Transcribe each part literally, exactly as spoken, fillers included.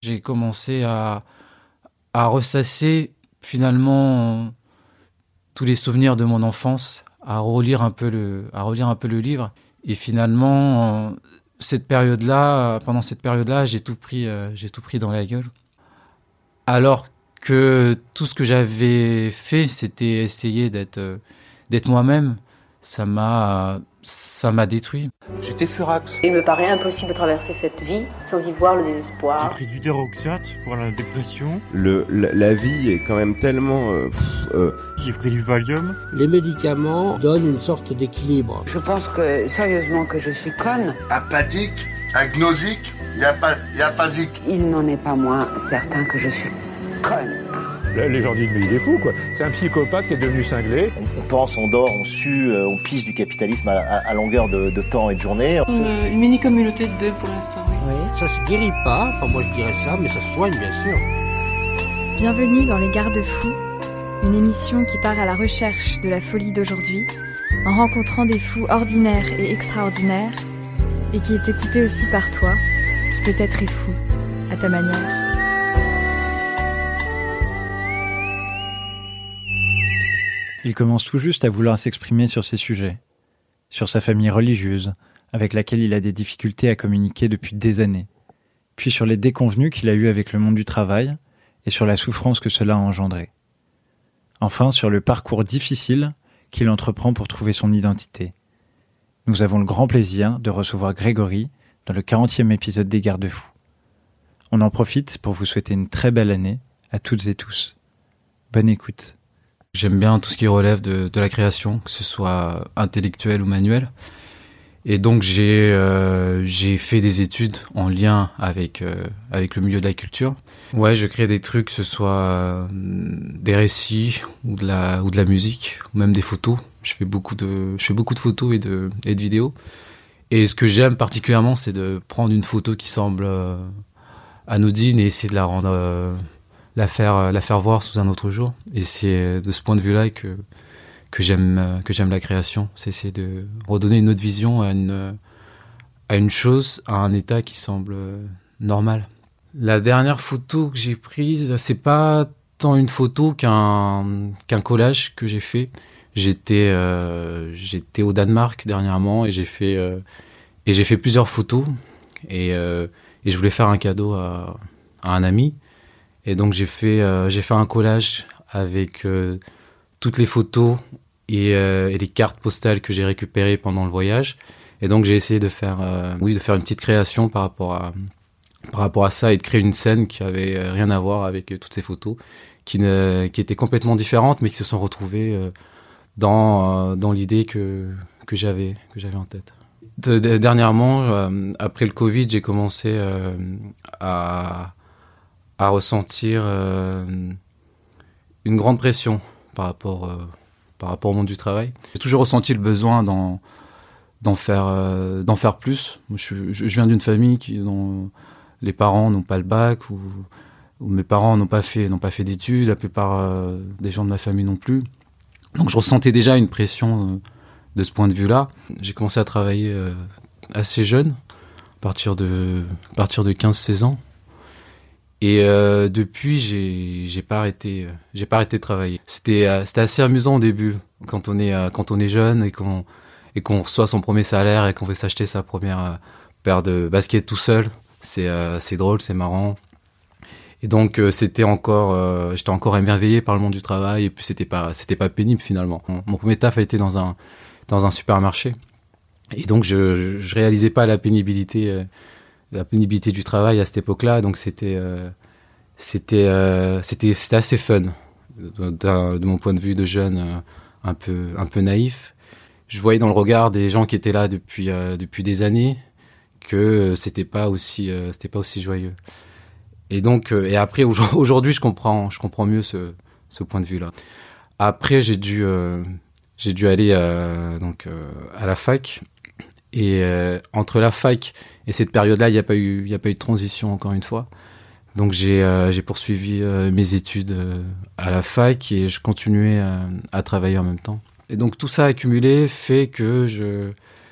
J'ai commencé à, à ressasser finalement tous les souvenirs de mon enfance, à relire un peu le, à relire un peu le livre. Et finalement, cette période-là, pendant cette période-là, j'ai tout pris, euh, j'ai tout pris dans la gueule. Alors que tout ce que j'avais fait, c'était essayer d'être, euh, d'être moi-même. Ça m'a, ça m'a détruit. J'étais furax. Il me paraît impossible de traverser cette vie sans y voir le J'ai désespoir. pris du déroxate pour la dépression. Le, la, la vie est quand même tellement... Euh, pff, euh... J'ai pris du Valium. Les médicaments donnent une sorte d'équilibre. Je pense que, sérieusement, que je suis conne. Apathique, agnosique, et aphasique. Il n'en est pas moins certain que je suis conne. Les gens disent mais il est fou quoi, c'est un psychopathe qui est devenu cinglé. On, on pense, on dort, on sue, euh, on pisse du capitalisme à, à, à longueur de, de temps et de journée. Une, une mini-communauté de deux pour l'instant, oui. Oui. Ça se guérit pas, enfin moi je dirais ça, mais ça se soigne bien sûr. Bienvenue dans Les Garde-Fous, une émission qui part à la recherche de la folie d'aujourd'hui, en rencontrant des fous ordinaires et extraordinaires, et qui est écoutée aussi par toi, qui peut-être est fou, à ta manière. Il commence tout juste à vouloir s'exprimer sur ces sujets, sur sa famille religieuse, avec laquelle il a des difficultés à communiquer depuis des années, puis sur les déconvenues qu'il a eues avec le monde du travail et sur la souffrance que cela a engendré. Enfin, sur le parcours difficile qu'il entreprend pour trouver son identité. Nous avons le grand plaisir de recevoir Grégory dans le quarantième épisode des Garde-Fous. On en profite pour vous souhaiter une très belle année à toutes et tous. Bonne écoute. J'aime bien tout ce qui relève de, de la création, que ce soit intellectuel ou manuel. Et donc j'ai euh, j'ai fait des études en lien avec euh, avec le milieu de la culture. Ouais, je crée des trucs, que ce soit euh, des récits ou de la ou de la musique, ou même des photos. Je fais beaucoup de je fais beaucoup de photos et de et de vidéos. Et ce que j'aime particulièrement, c'est de prendre une photo qui semble euh, anodine et essayer de la rendre euh, la faire la faire voir sous un autre jour. Et c'est de ce point de vue-là que que j'aime que j'aime la création, c'est essayer de redonner une autre vision à une à une chose, à un état qui semble normal. La dernière photo que j'ai prise, c'est pas tant une photo qu'un qu'un collage que j'ai fait. J'étais euh, j'étais au Danemark dernièrement et j'ai fait euh, et j'ai fait plusieurs photos et euh, et je voulais faire un cadeau à à un ami. Et donc j'ai fait euh, j'ai fait un collage avec euh, toutes les photos et, euh, et les cartes postales que j'ai récupérées pendant le voyage. Et donc j'ai essayé de faire euh, oui de faire une petite création par rapport à par rapport à ça et de créer une scène qui avait rien à voir avec euh, toutes ces photos qui ne qui étaient complètement différentes mais qui se sont retrouvées euh, dans euh, dans l'idée que que j'avais que j'avais en tête. De, de, dernièrement euh, après le Covid, j'ai commencé euh, à à ressentir euh, une grande pression par rapport, euh, par rapport au monde du travail. J'ai toujours ressenti le besoin d'en, d'en, faire, euh, d'en faire plus. Je, je, je viens d'une famille qui, dont les parents n'ont pas le bac, ou, ou mes parents n'ont pas fait, n'ont pas fait d'études, la plupart euh, des gens de ma famille non plus. Donc je ressentais déjà une pression euh, de ce point de vue-là. J'ai commencé à travailler euh, assez jeune, à partir de, à partir de quinze seize ans. Et euh, depuis, j'ai j'ai pas arrêté, euh, j'ai pas arrêté de travailler. C'était euh, c'était assez amusant au début, quand on est euh, quand on est jeune et qu'on et qu'on reçoit son premier salaire et qu'on veut s'acheter sa première euh, paire de baskets tout seul. C'est euh, c'est drôle, c'est marrant. Et donc euh, c'était encore, euh, j'étais encore émerveillé par le monde du travail et puis c'était pas c'était pas pénible finalement. Mon, mon premier taf a été dans un dans un supermarché et donc je je, je réalisais pas la pénibilité. Euh, la pénibilité du travail à cette époque-là, donc c'était euh, c'était euh, c'était c'était assez fun de, de, de mon point de vue de jeune euh, un peu un peu naïf. Je voyais dans le regard des gens qui étaient là depuis euh, depuis des années que c'était pas aussi euh, c'était pas aussi joyeux. Et donc euh, et après aujourd'hui je comprends je comprends mieux ce ce point de vue-là. Après j'ai dû euh, j'ai dû aller euh, donc euh, à la fac. Et euh, entre la fac et cette période-là, il n'y a pas eu, il y a pas eu de transition encore une fois. Donc j'ai, euh, j'ai poursuivi euh, mes études euh, à la fac et je continuais euh, à travailler en même temps. Et donc tout ça accumulé fait que je,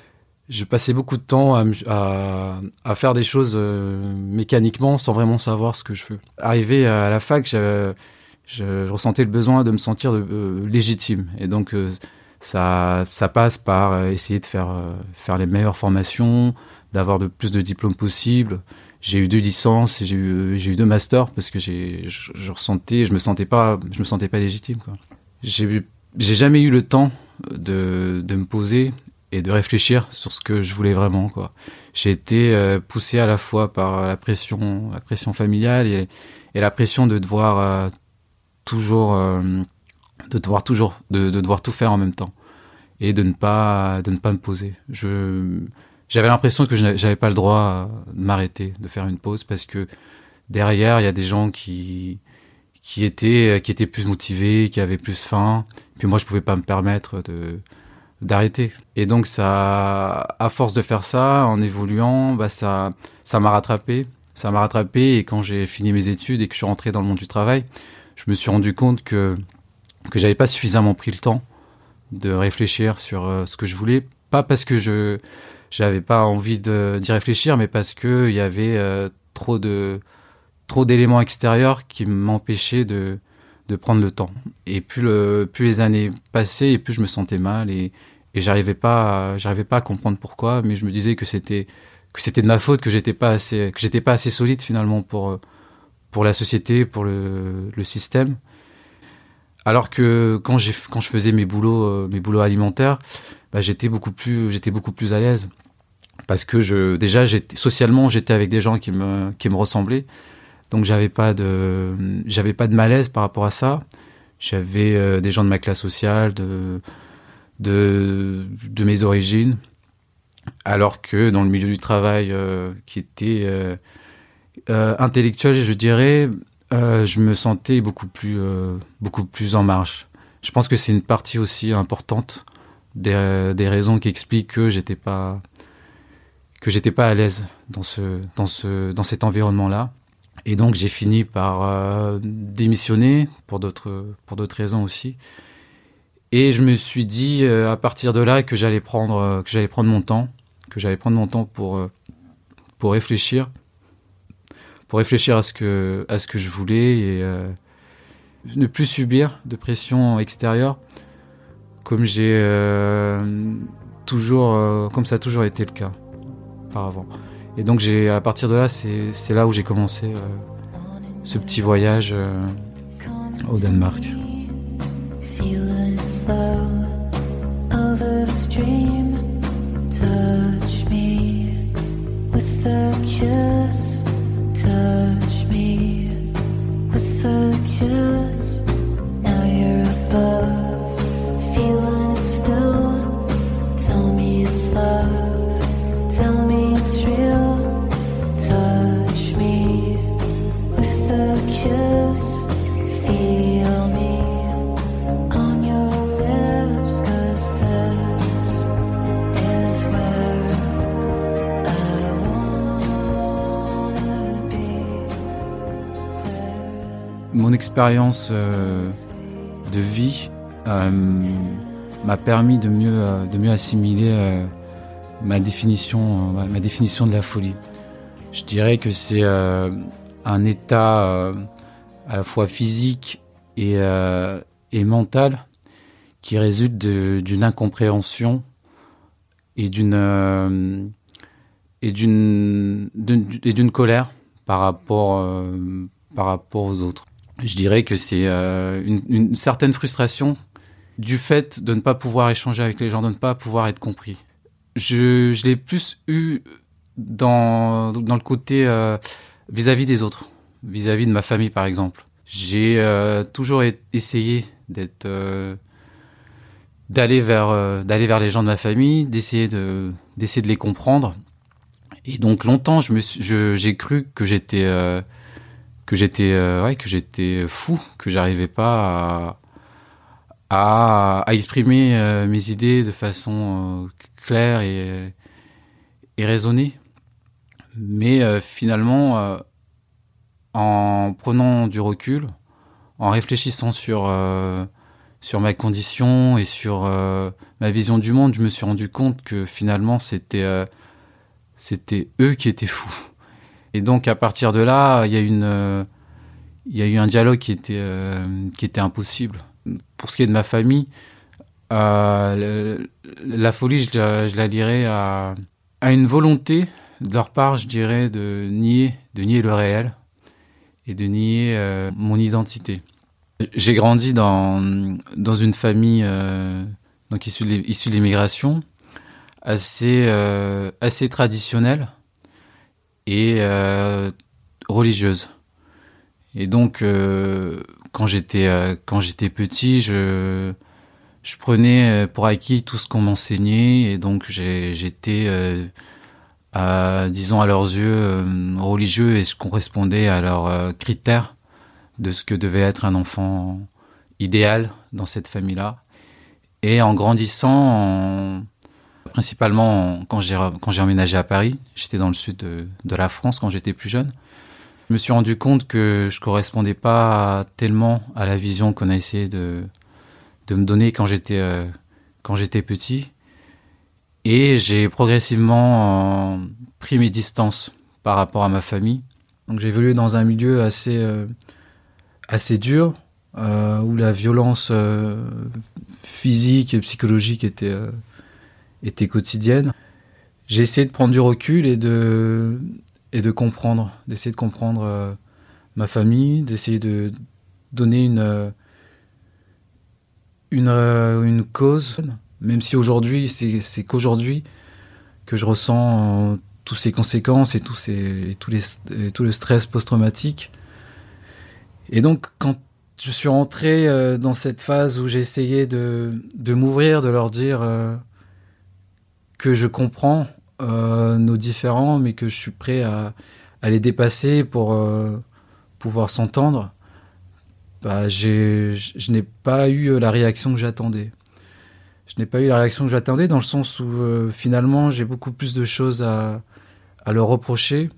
je passais beaucoup de temps à, à, à faire des choses euh, mécaniquement sans vraiment savoir ce que je veux. Arrivé à la fac, je, je, je ressentais le besoin de me sentir de, euh, légitime. Et donc, euh, ça, ça passe par essayer de faire, euh, faire les meilleures formations, d'avoir de plus de diplômes possibles. J'ai eu deux licences et j'ai eu, j'ai eu deux masters parce que j'ai, je, je ressentais, je me sentais pas, je me sentais pas légitime, quoi. J'ai, j'ai jamais eu le temps de, de me poser et de réfléchir sur ce que je voulais vraiment, quoi. J'ai été euh, poussé à la fois par la pression, la pression familiale et, et la pression de devoir euh, toujours, euh, de devoir toujours, de, de devoir tout faire en même temps et de ne pas, de ne pas me poser. Je J'avais l'impression que je n'avais pas le droit de m'arrêter, de faire une pause, parce que derrière, il y a des gens qui, qui, étaient, qui étaient plus motivés, qui avaient plus faim. Puis moi, je ne pouvais pas me permettre de, d'arrêter. Et donc, ça, à force de faire ça, en évoluant, bah ça, ça m'a rattrapé. Ça m'a rattrapé. Et quand j'ai fini mes études et que je suis rentré dans le monde du travail, je me suis rendu compte que, que je n'avais pas suffisamment pris le temps de réfléchir sur euh, ce que je voulais. Pas parce que je... J'avais pas envie de, d'y réfléchir, mais parce que il y avait euh, trop de trop d'éléments extérieurs qui m'empêchaient de de prendre le temps. Et plus le plus les années passaient, et plus je me sentais mal et et j'arrivais pas à, j'arrivais pas à comprendre pourquoi, mais je me disais que c'était que c'était de ma faute, que j'étais pas assez que j'étais pas assez solide finalement pour pour la société, pour le le système. Alors que quand j'ai quand je faisais mes boulots euh, mes boulots alimentaires, bah, j'étais beaucoup plus j'étais beaucoup plus à l'aise. Parce que je, déjà, j'étais, socialement, j'étais avec des gens qui me, qui me ressemblaient. Donc, j'avais pas de, j'avais pas de malaise par rapport à ça. J'avais euh, des gens de ma classe sociale, de, de, de mes origines. Alors que dans le milieu du travail, euh, qui était euh, euh, intellectuel, je dirais, euh, je me sentais beaucoup plus, euh, beaucoup plus en marge. Je pense que c'est une partie aussi importante des, des raisons qui expliquent que j'étais pas, que j'étais pas à l'aise dans ce, dans ce, dans cet environnement-là. Et donc, j'ai fini par euh, démissionner pour d'autres, pour d'autres raisons aussi. Et je me suis dit, euh, à partir de là, que j'allais prendre, euh, que j'allais prendre mon temps, que j'allais prendre mon temps pour, euh, pour réfléchir, pour réfléchir à ce que, à ce que je voulais et euh, ne plus subir de pression extérieure, comme j'ai euh, toujours, euh, comme ça a toujours été le cas auparavant. Et donc j'ai, à partir de là, c'est, c'est là où j'ai commencé euh, ce petit voyage euh, au Danemark. Mon expérience euh, de vie euh, m'a permis de mieux, euh, de mieux assimiler euh, ma définition, euh, ma définition de la folie. Je dirais que c'est euh, un état euh, à la fois physique et, euh, et mental qui résulte de, d'une incompréhension et d'une, euh, et d'une, d'une, et d'une colère par rapport, euh, par rapport aux autres. Je dirais que c'est euh, une, une certaine frustration du fait de ne pas pouvoir échanger avec les gens, de ne pas pouvoir être compris. Je, je l'ai plus eu dans, dans le côté euh, vis-à-vis des autres, vis-à-vis de ma famille par exemple. J'ai euh, toujours essayé d'être, euh, d'aller vers, euh, d'aller vers les gens de ma famille, d'essayer de, d'essayer de les comprendre. Et donc longtemps, je me suis, je, j'ai cru que j'étais... Euh, que j'étais euh, ouais que j'étais fou, que j'arrivais pas à à, à exprimer euh, mes idées de façon euh, claire et et raisonnée. Mais euh, finalement euh, en prenant du recul, en réfléchissant sur euh, sur ma condition et sur euh, ma vision du monde, je me suis rendu compte que finalement c'était euh, c'était eux qui étaient fous. Et donc à partir de là, il y a une euh, il y a eu un dialogue qui était euh, qui était impossible. Pour ce qui est de ma famille, euh, le, la folie, je la, je la lirais à à une volonté de leur part, je dirais, de nier de nier le réel et de nier euh, mon identité. J'ai grandi dans, dans une famille euh, donc issue de, issue de l'immigration, assez, euh, assez traditionnelle et euh, religieuse. Et donc, euh, quand, j'étais, euh, quand j'étais petit, je, je prenais pour acquis tout ce qu'on m'enseignait. Et donc, j'ai, j'étais, euh, à, disons, à leurs yeux, euh, religieux et je correspondais à leurs euh, critères de ce que devait être un enfant idéal dans cette famille-là. Et en grandissant, en... principalement en... quand, j'ai, quand j'ai emménagé à Paris, j'étais dans le sud de, de la France quand j'étais plus jeune, je me suis rendu compte que je ne correspondais pas tellement à la vision qu'on a essayé de, de me donner quand j'étais, euh, quand j'étais petit. Et j'ai progressivement euh, pris mes distances par rapport à ma famille. Donc j'ai évolué dans un milieu assez... Euh, assez dur, euh, où la violence euh, physique et psychologique était, euh, était quotidienne. J'ai essayé de prendre du recul et de, et de comprendre, d'essayer de comprendre euh, ma famille, d'essayer de donner une, une, une cause, même si aujourd'hui, c'est, c'est qu'aujourd'hui que je ressens euh, toutes ces conséquences et, tous ces, et, tous les, et tout le stress post-traumatique. Et donc, quand je suis rentré euh, dans cette phase où j'ai essayé de, de m'ouvrir, de leur dire euh, que je comprends euh, nos différends, mais que je suis prêt à, à les dépasser pour euh, pouvoir s'entendre, bah, j'ai, je n'ai pas eu la réaction que j'attendais. Je n'ai pas eu la réaction que j'attendais dans le sens où, euh, finalement, j'ai beaucoup plus de choses à, à leur reprocher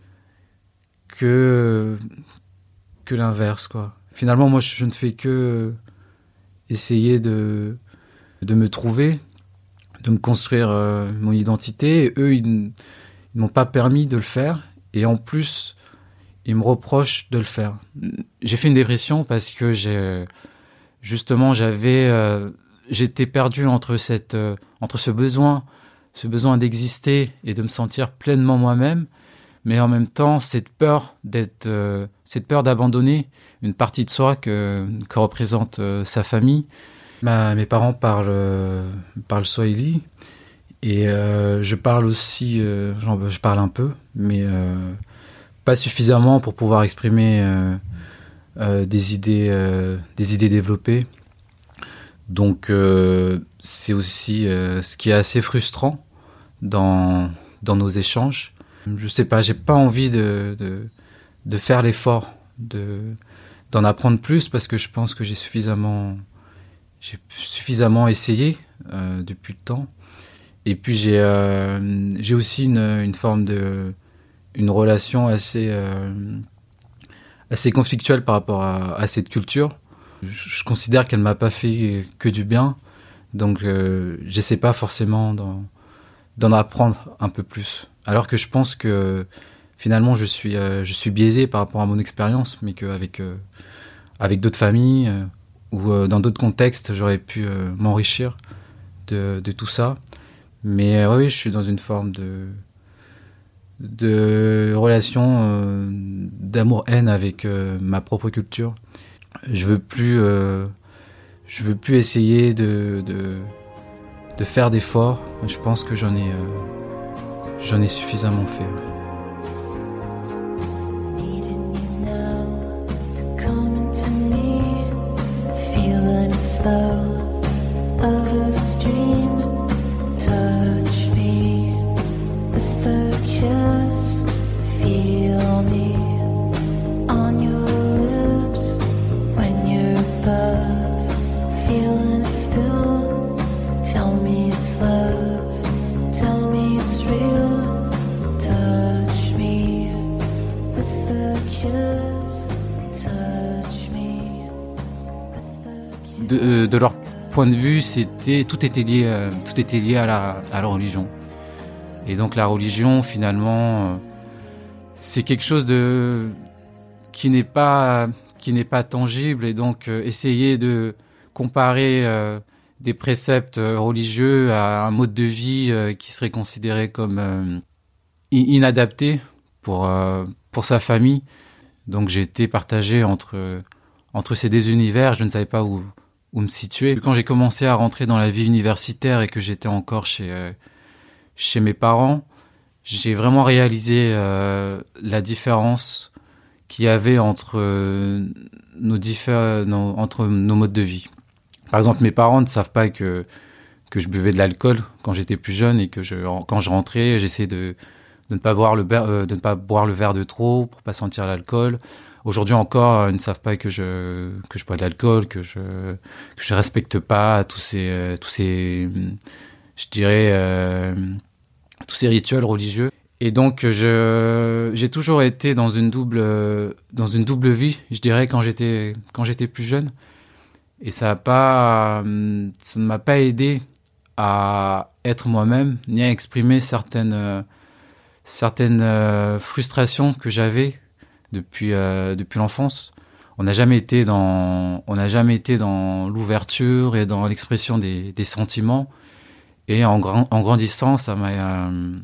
que... que l'inverse, quoi. Finalement, moi, je, je ne fais que essayer de, de me trouver, de me construire euh, mon identité. Et eux, ils ne m'ont pas permis de le faire. Et en plus, ils me reprochent de le faire. J'ai fait une dépression parce que j'ai, justement, j'avais, euh, j'étais perdu entre, cette, euh, entre ce besoin, ce besoin d'exister et de me sentir pleinement moi-même, mais en même temps, cette peur d'être, euh, cette peur d'abandonner une partie de soi que, que représente euh, sa famille. Ma, mes parents parlent, euh, parlent swahili et euh, je parle aussi, euh, genre, je parle un peu, mais euh, pas suffisamment pour pouvoir exprimer euh, euh, des idées, euh, des idées développées. Donc, euh, c'est aussi euh, ce qui est assez frustrant dans dans nos échanges. Je sais pas, j'ai pas envie de, de, de faire l'effort de, d'en apprendre plus parce que je pense que j'ai suffisamment, j'ai suffisamment essayé euh, depuis le temps. Et puis j'ai, euh, j'ai aussi une, une forme de, une relation assez, euh, assez conflictuelle par rapport à, à cette culture. Je, je considère qu'elle m'a pas fait que du bien, donc euh, j'essaie pas forcément d'en, d'en apprendre un peu plus. Alors que je pense que finalement je suis, euh, je suis biaisé par rapport à mon expérience, mais qu'avec euh, avec d'autres familles euh, ou euh, dans d'autres contextes, j'aurais pu euh, m'enrichir de, de tout ça. Mais euh, oui, je suis dans une forme de, de relation euh, d'amour-haine avec euh, ma propre culture. Je veux plus, euh, je veux plus essayer de, de, de faire d'efforts. Je pense que j'en ai... Euh, J'en ai suffisamment fait. de, de leur point de vue, c'était tout était lié, euh, tout était lié à la, à la religion. Et donc la religion, finalement, euh, c'est quelque chose de qui n'est pas qui n'est pas tangible. Et donc euh, essayer de comparer euh, des préceptes religieux à un mode de vie euh, qui serait considéré comme euh, inadapté pour euh, pour sa famille. Donc j'ai été partagé entre entre ces deux univers. Je ne savais pas où où me situer. Quand j'ai commencé à rentrer dans la vie universitaire et que j'étais encore chez euh, chez mes parents, j'ai vraiment réalisé euh, la différence qu'il y avait entre euh, nos diffé- nos, entre nos modes de vie. Par exemple, mes parents ne savent pas que que je buvais de l'alcool quand j'étais plus jeune et que je quand je rentrais, j'essayais de de ne pas boire le euh, de ne pas boire le verre de trop pour pas sentir l'alcool. Aujourd'hui encore, ils ne savent pas que je que je bois de l'alcool, que je que je respecte pas tous ces euh, tous ces je dirais euh, tous ces rituels religieux. Et donc je j'ai toujours été dans une double dans une double vie, je dirais quand j'étais quand j'étais plus jeune. Et ça a pas ça ne m'a pas aidé à être moi-même ni à exprimer certaines certaines euh, frustrations que j'avais depuis euh, depuis l'enfance. On n'a jamais été dans on n'a jamais été dans l'ouverture et dans l'expression des des sentiments. Et en grand en grandissant, ça m'a euh,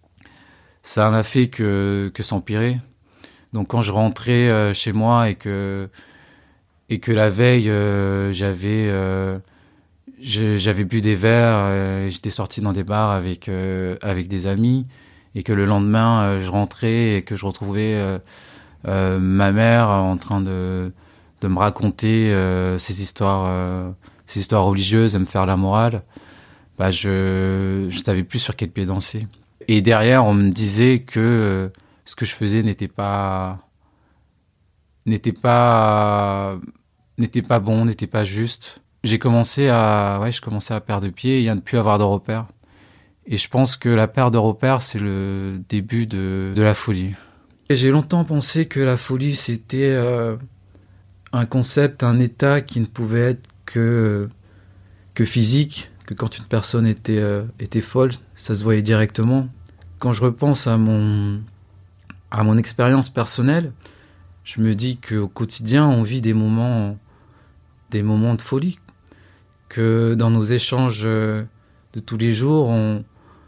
ça n'a fait que que s'empirer. Donc quand je rentrais euh, chez moi et que et que la veille euh, j'avais euh, j'avais bu des verres, euh, j'étais sorti dans des bars avec euh, avec des amis, et que le lendemain euh, je rentrais et que je retrouvais euh, euh, ma mère en train de de me raconter euh, ces histoires euh, ces histoires religieuses, à me faire la morale, bah je je savais plus sur quel pied danser. Et derrière on me disait que euh, ce que je faisais n'était pas n'était pas n'était pas bon, n'était pas juste. J'ai commencé à ouais, je commençais à perdre pied et à ne plus avoir de repères. Et je pense que la perte de repères, c'est le début de de la folie. Et j'ai longtemps pensé que la folie, c'était euh, un concept, un état qui ne pouvait être que que physique, que quand une personne était euh, était folle, ça se voyait directement. Quand je repense à mon à mon expérience personnelle, je me dis qu'au quotidien, on vit des moments des moments de folie, que dans nos échanges de tous les jours, on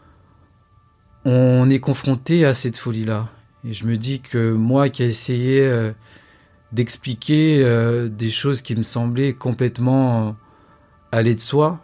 on est confronté à cette folie-là. Et je me dis que moi qui ai essayé euh, d'expliquer euh, des choses qui me semblaient complètement euh, aller de soi,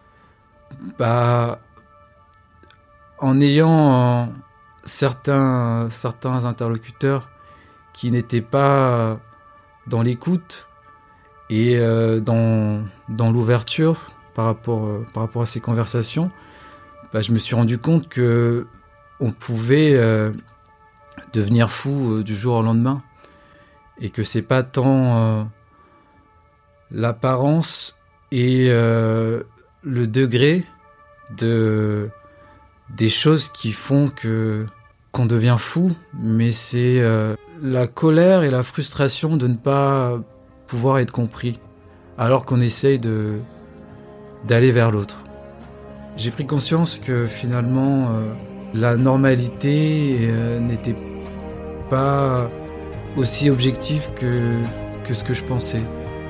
bah, en ayant euh, certains, certains interlocuteurs qui n'étaient pas dans l'écoute et euh, dans, dans l'ouverture par rapport, euh, par rapport à ces conversations, bah, je me suis rendu compte que on pouvait euh, devenir fou euh, du jour au lendemain, et que c'est pas tant euh, l'apparence et euh, le degré de des choses qui font que qu'on devient fou, mais c'est euh, la colère et la frustration de ne pas pouvoir être compris alors qu'on essaye de d'aller vers l'autre. J'ai pris conscience que finalement euh, la normalité euh, n'était pas aussi objectif que, que ce que je pensais.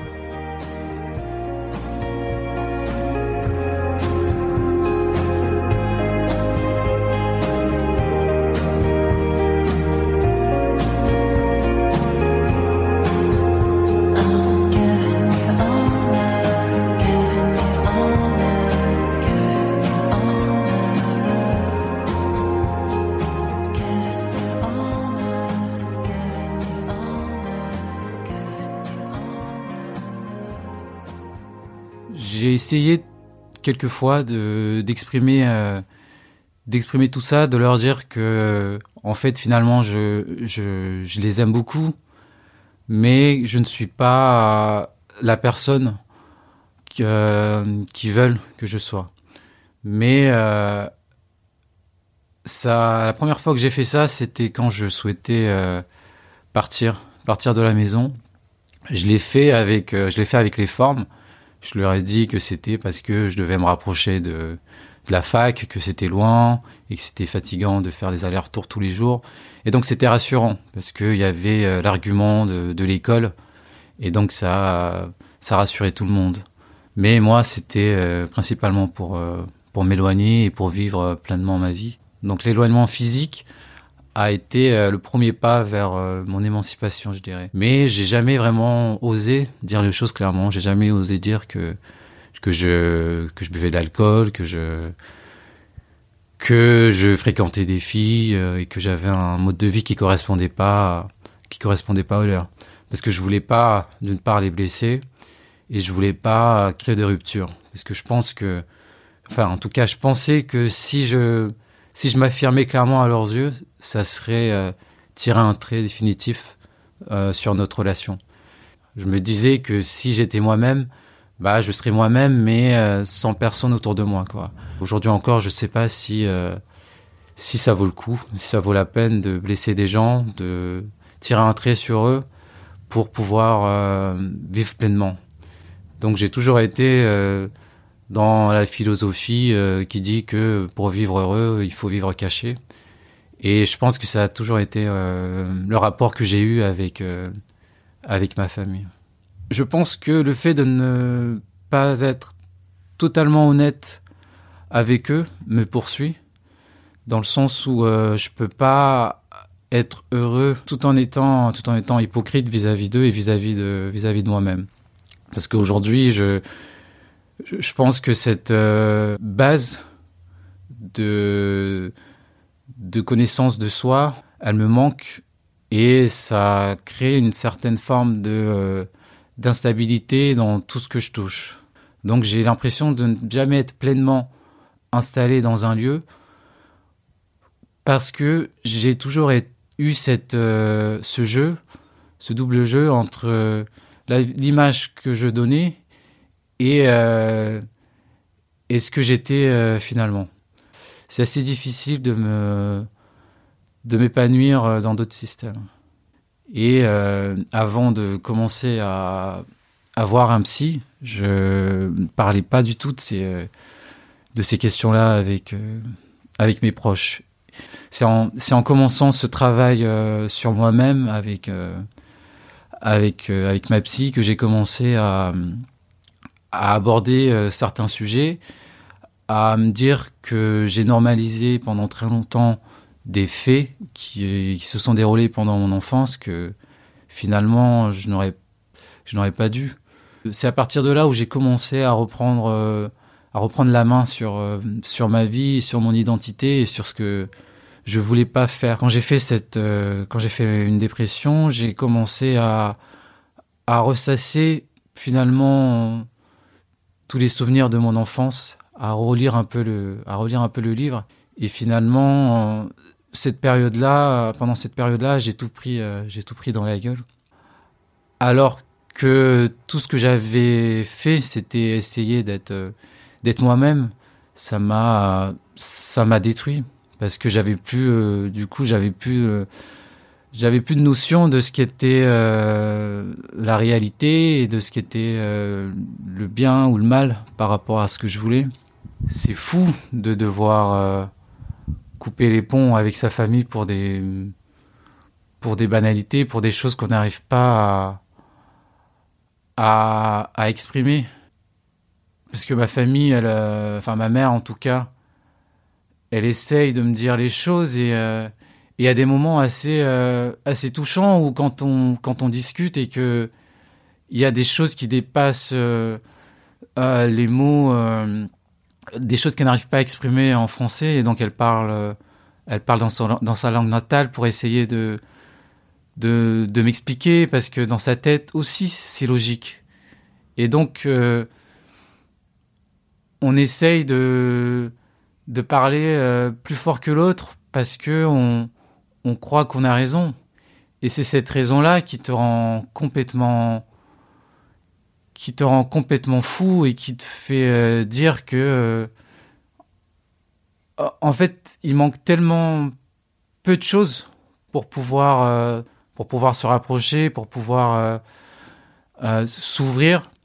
J'ai essayé quelquefois de, d'exprimer, euh, d'exprimer tout ça, de leur dire que, en fait, finalement, je, je, je les aime beaucoup, mais je ne suis pas la personne que, qu'ils veulent que je sois. Mais euh, ça, la première fois que j'ai fait ça, c'était quand je souhaitais euh, partir, partir de la maison. Je l'ai fait avec, euh, je l'ai fait avec les formes. Je leur ai dit que c'était parce que je devais me rapprocher de, de la fac, que c'était loin et que c'était fatigant de faire des allers-retours tous les jours. Et donc c'était rassurant parce qu'il y avait euh, l'argument de, de l'école et donc ça, ça rassurait tout le monde. Mais moi, c'était euh, principalement pour, euh, pour m'éloigner et pour vivre pleinement ma vie. Donc l'éloignement physique a été euh, le premier pas vers euh, mon émancipation, je dirais. Mais j'ai jamais vraiment osé dire les choses clairement. J'ai jamais osé dire que que je que je buvais de l'alcool, que je que je fréquentais des filles euh, et que j'avais un mode de vie qui correspondait pas qui correspondait pas aux leurs. Parce que je voulais pas, d'une part, les blesser et je voulais pas créer de rupture. Parce que je pense que, enfin, en tout cas, je pensais que si je Si je m'affirmais clairement à leurs yeux, ça serait euh, tirer un trait définitif euh, sur notre relation. Je me disais que si j'étais moi-même, bah, je serais moi-même, mais euh, sans personne autour de moi, quoi. Aujourd'hui encore, je ne sais pas si, euh, si ça vaut le coup, si ça vaut la peine de blesser des gens, de tirer un trait sur eux pour pouvoir euh, vivre pleinement. Donc j'ai toujours été... Euh, dans la philosophie euh, qui dit que pour vivre heureux, il faut vivre caché. Et je pense que ça a toujours été euh, le rapport que j'ai eu avec, euh, avec ma famille. Je pense que le fait de ne pas être totalement honnête avec eux me poursuit, dans le sens où euh, je ne peux pas être heureux tout en étant, tout en étant hypocrite vis-à-vis d'eux et vis-à-vis de, vis-à-vis de moi-même. Parce qu'aujourd'hui, je... Je pense que cette euh, base de, de connaissance de soi, elle me manque et ça crée une certaine forme de, euh, d'instabilité dans tout ce que je touche. Donc j'ai l'impression de ne jamais être pleinement installé dans un lieu parce que j'ai toujours eu cette, euh, ce jeu, ce double jeu entre euh, la, l'image que je donnais Et, euh, et ce que j'étais euh, finalement. C'est assez difficile de, me, de m'épanouir dans d'autres systèmes. Et euh, avant de commencer à, à voir un psy, je ne parlais pas du tout de ces, de ces questions-là avec, euh, avec mes proches. C'est en, c'est en commençant ce travail euh, sur moi-même avec, euh, avec, euh, avec ma psy que j'ai commencé à... à aborder euh, certains sujets, à me dire que j'ai normalisé pendant très longtemps des faits qui, qui se sont déroulés pendant mon enfance que finalement je n'aurais, je n'aurais pas dû. C'est à partir de là où j'ai commencé à reprendre, euh, à reprendre la main sur, euh, sur ma vie, sur mon identité et sur ce que je voulais pas faire. Quand j'ai fait, cette, euh, quand j'ai fait une dépression, j'ai commencé à, à ressasser finalement tous les souvenirs de mon enfance, à relire un peu le, à relire un peu le livre. Et finalement, cette période-là, pendant cette période-là, j'ai tout pris, euh, j'ai tout pris dans la gueule. Alors que tout ce que j'avais fait, c'était essayer d'être, euh, d'être moi-même. Ça m'a, ça m'a détruit parce que j'avais plus, euh, du coup, j'avais plus. Euh, J'avais plus de notion de ce qui était euh, la réalité et de ce qui était euh, le bien ou le mal par rapport à ce que je voulais. C'est fou de devoir euh, couper les ponts avec sa famille pour des, pour des banalités, pour des choses qu'on n'arrive pas à, à, à exprimer. Parce que ma famille, elle, euh, enfin ma mère en tout cas, elle essaye de me dire les choses et... Euh, Et il y a des moments assez, euh, assez touchants où quand on, quand on discute et qu'il y a des choses qui dépassent euh, euh, les mots, euh, des choses qu'elle n'arrive pas à exprimer en français, et donc elle parle, euh, elle parle dans, son, dans sa langue natale pour essayer de, de, de m'expliquer, parce que dans sa tête aussi, c'est logique. Et donc, euh, on essaye de, de parler euh, plus fort que l'autre parce qu'on on croit qu'on a raison. Et c'est cette raison-là qui te rend complètement, qui te rend complètement fou et qui te fait euh, dire que, euh, en fait, il manque tellement peu de choses pour pouvoir, euh, pour pouvoir se rapprocher, pour pouvoir euh, euh, s'ouvrir.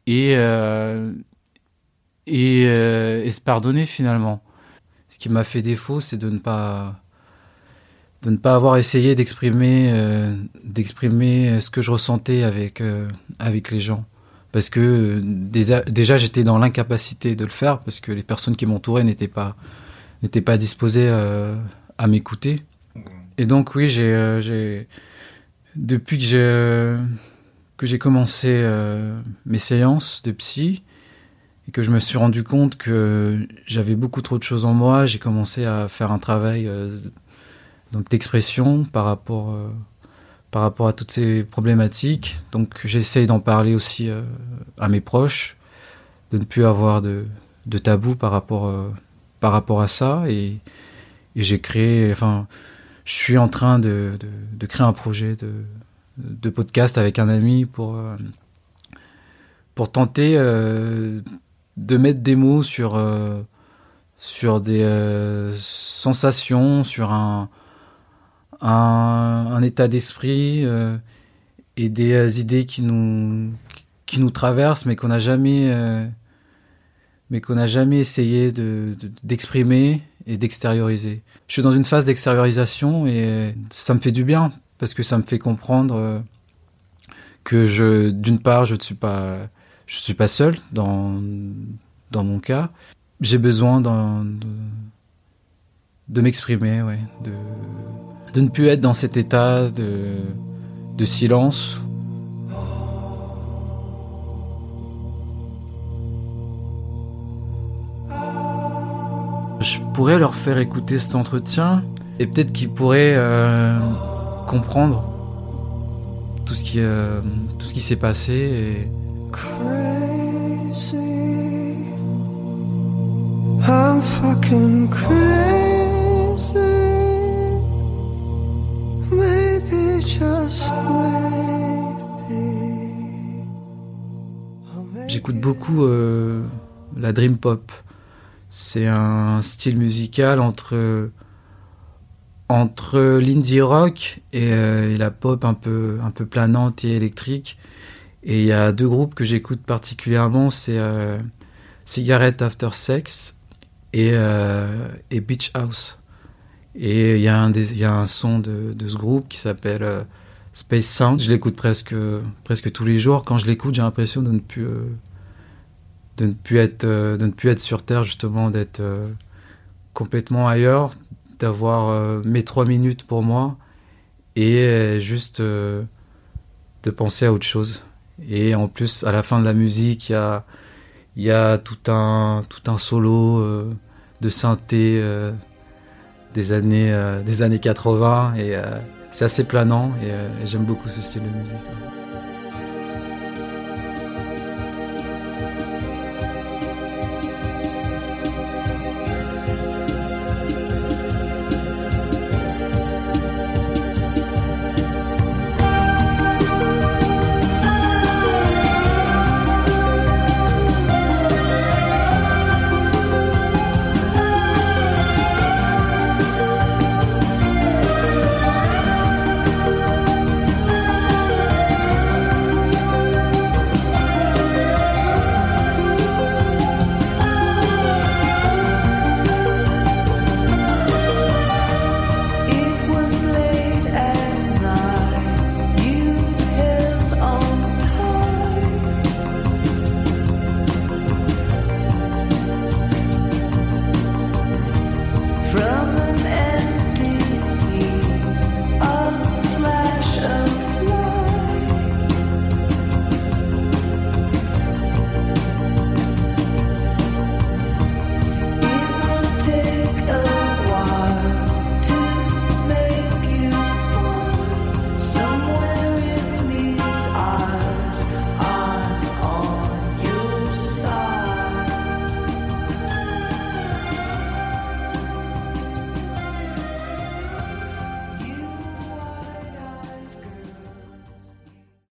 et, euh, et, euh, et se pardonner finalement. Ce qui m'a fait défaut, c'est de ne pas, de ne pas avoir essayé d'exprimer, euh, d'exprimer ce que je ressentais avec, euh, avec les gens. Parce que euh, déjà, déjà j'étais dans l'incapacité de le faire, parce que les personnes qui m'entouraient n'étaient pas, n'étaient pas disposées euh, à m'écouter. Et donc oui, j'ai, euh, j'ai depuis que j'ai, que j'ai commencé euh, mes séances de psy et que je me suis rendu compte que j'avais beaucoup trop de choses en moi, j'ai commencé à faire un travail euh, donc d'expression par rapport, euh, par rapport à toutes ces problématiques. Donc j'essaye d'en parler aussi euh, à mes proches, de ne plus avoir de, de tabou par rapport, euh, par rapport à ça. Et, et j'ai créé... Enfin, je suis en train de, de, de créer un projet de, de podcast avec un ami pour, euh, pour tenter euh, de mettre des mots sur, euh, sur des euh, sensations, sur un, un, un état d'esprit euh, et des euh, idées qui nous, qui nous traversent, mais qu'on n'a jamais, euh, mais qu'on n'a jamais essayé de, de, d'exprimer et d'extérioriser. Je suis dans une phase d'extériorisation et ça me fait du bien parce que ça me fait comprendre que je, d'une part, je ne suis pas, je suis pas seul dans, dans mon cas. J'ai besoin de, de m'exprimer, ouais, de, de ne plus être dans cet état de, de silence. Je pourrais leur faire écouter cet entretien et peut-être qu'ils pourraient euh, comprendre tout ce qui, euh, tout ce qui s'est passé. Et... Crazy. I'm fucking crazy. Maybe just maybe. J'écoute beaucoup euh, la dream pop. C'est un style musical entre, entre l'indie rock et, euh, et la pop un peu, un peu planante et électrique. Et il y a deux groupes que j'écoute particulièrement, c'est euh, Cigarette After Sex et, euh, et Beach House. Et il y a un, des, il y a un son de, de ce groupe qui s'appelle euh, Space Sound. Je l'écoute presque, presque tous les jours. Quand je l'écoute, j'ai l'impression de ne plus... Euh, de ne plus être euh, de ne plus être sur Terre, justement, d'être euh, complètement ailleurs, d'avoir euh, mes trois minutes pour moi et euh, juste euh, de penser à autre chose. Et en plus, à la fin de la musique, il y a il y a tout un tout un solo euh, de synthé euh, des années euh, des années quatre-vingts et euh, c'est assez planant et, euh, et j'aime beaucoup ce style de musique.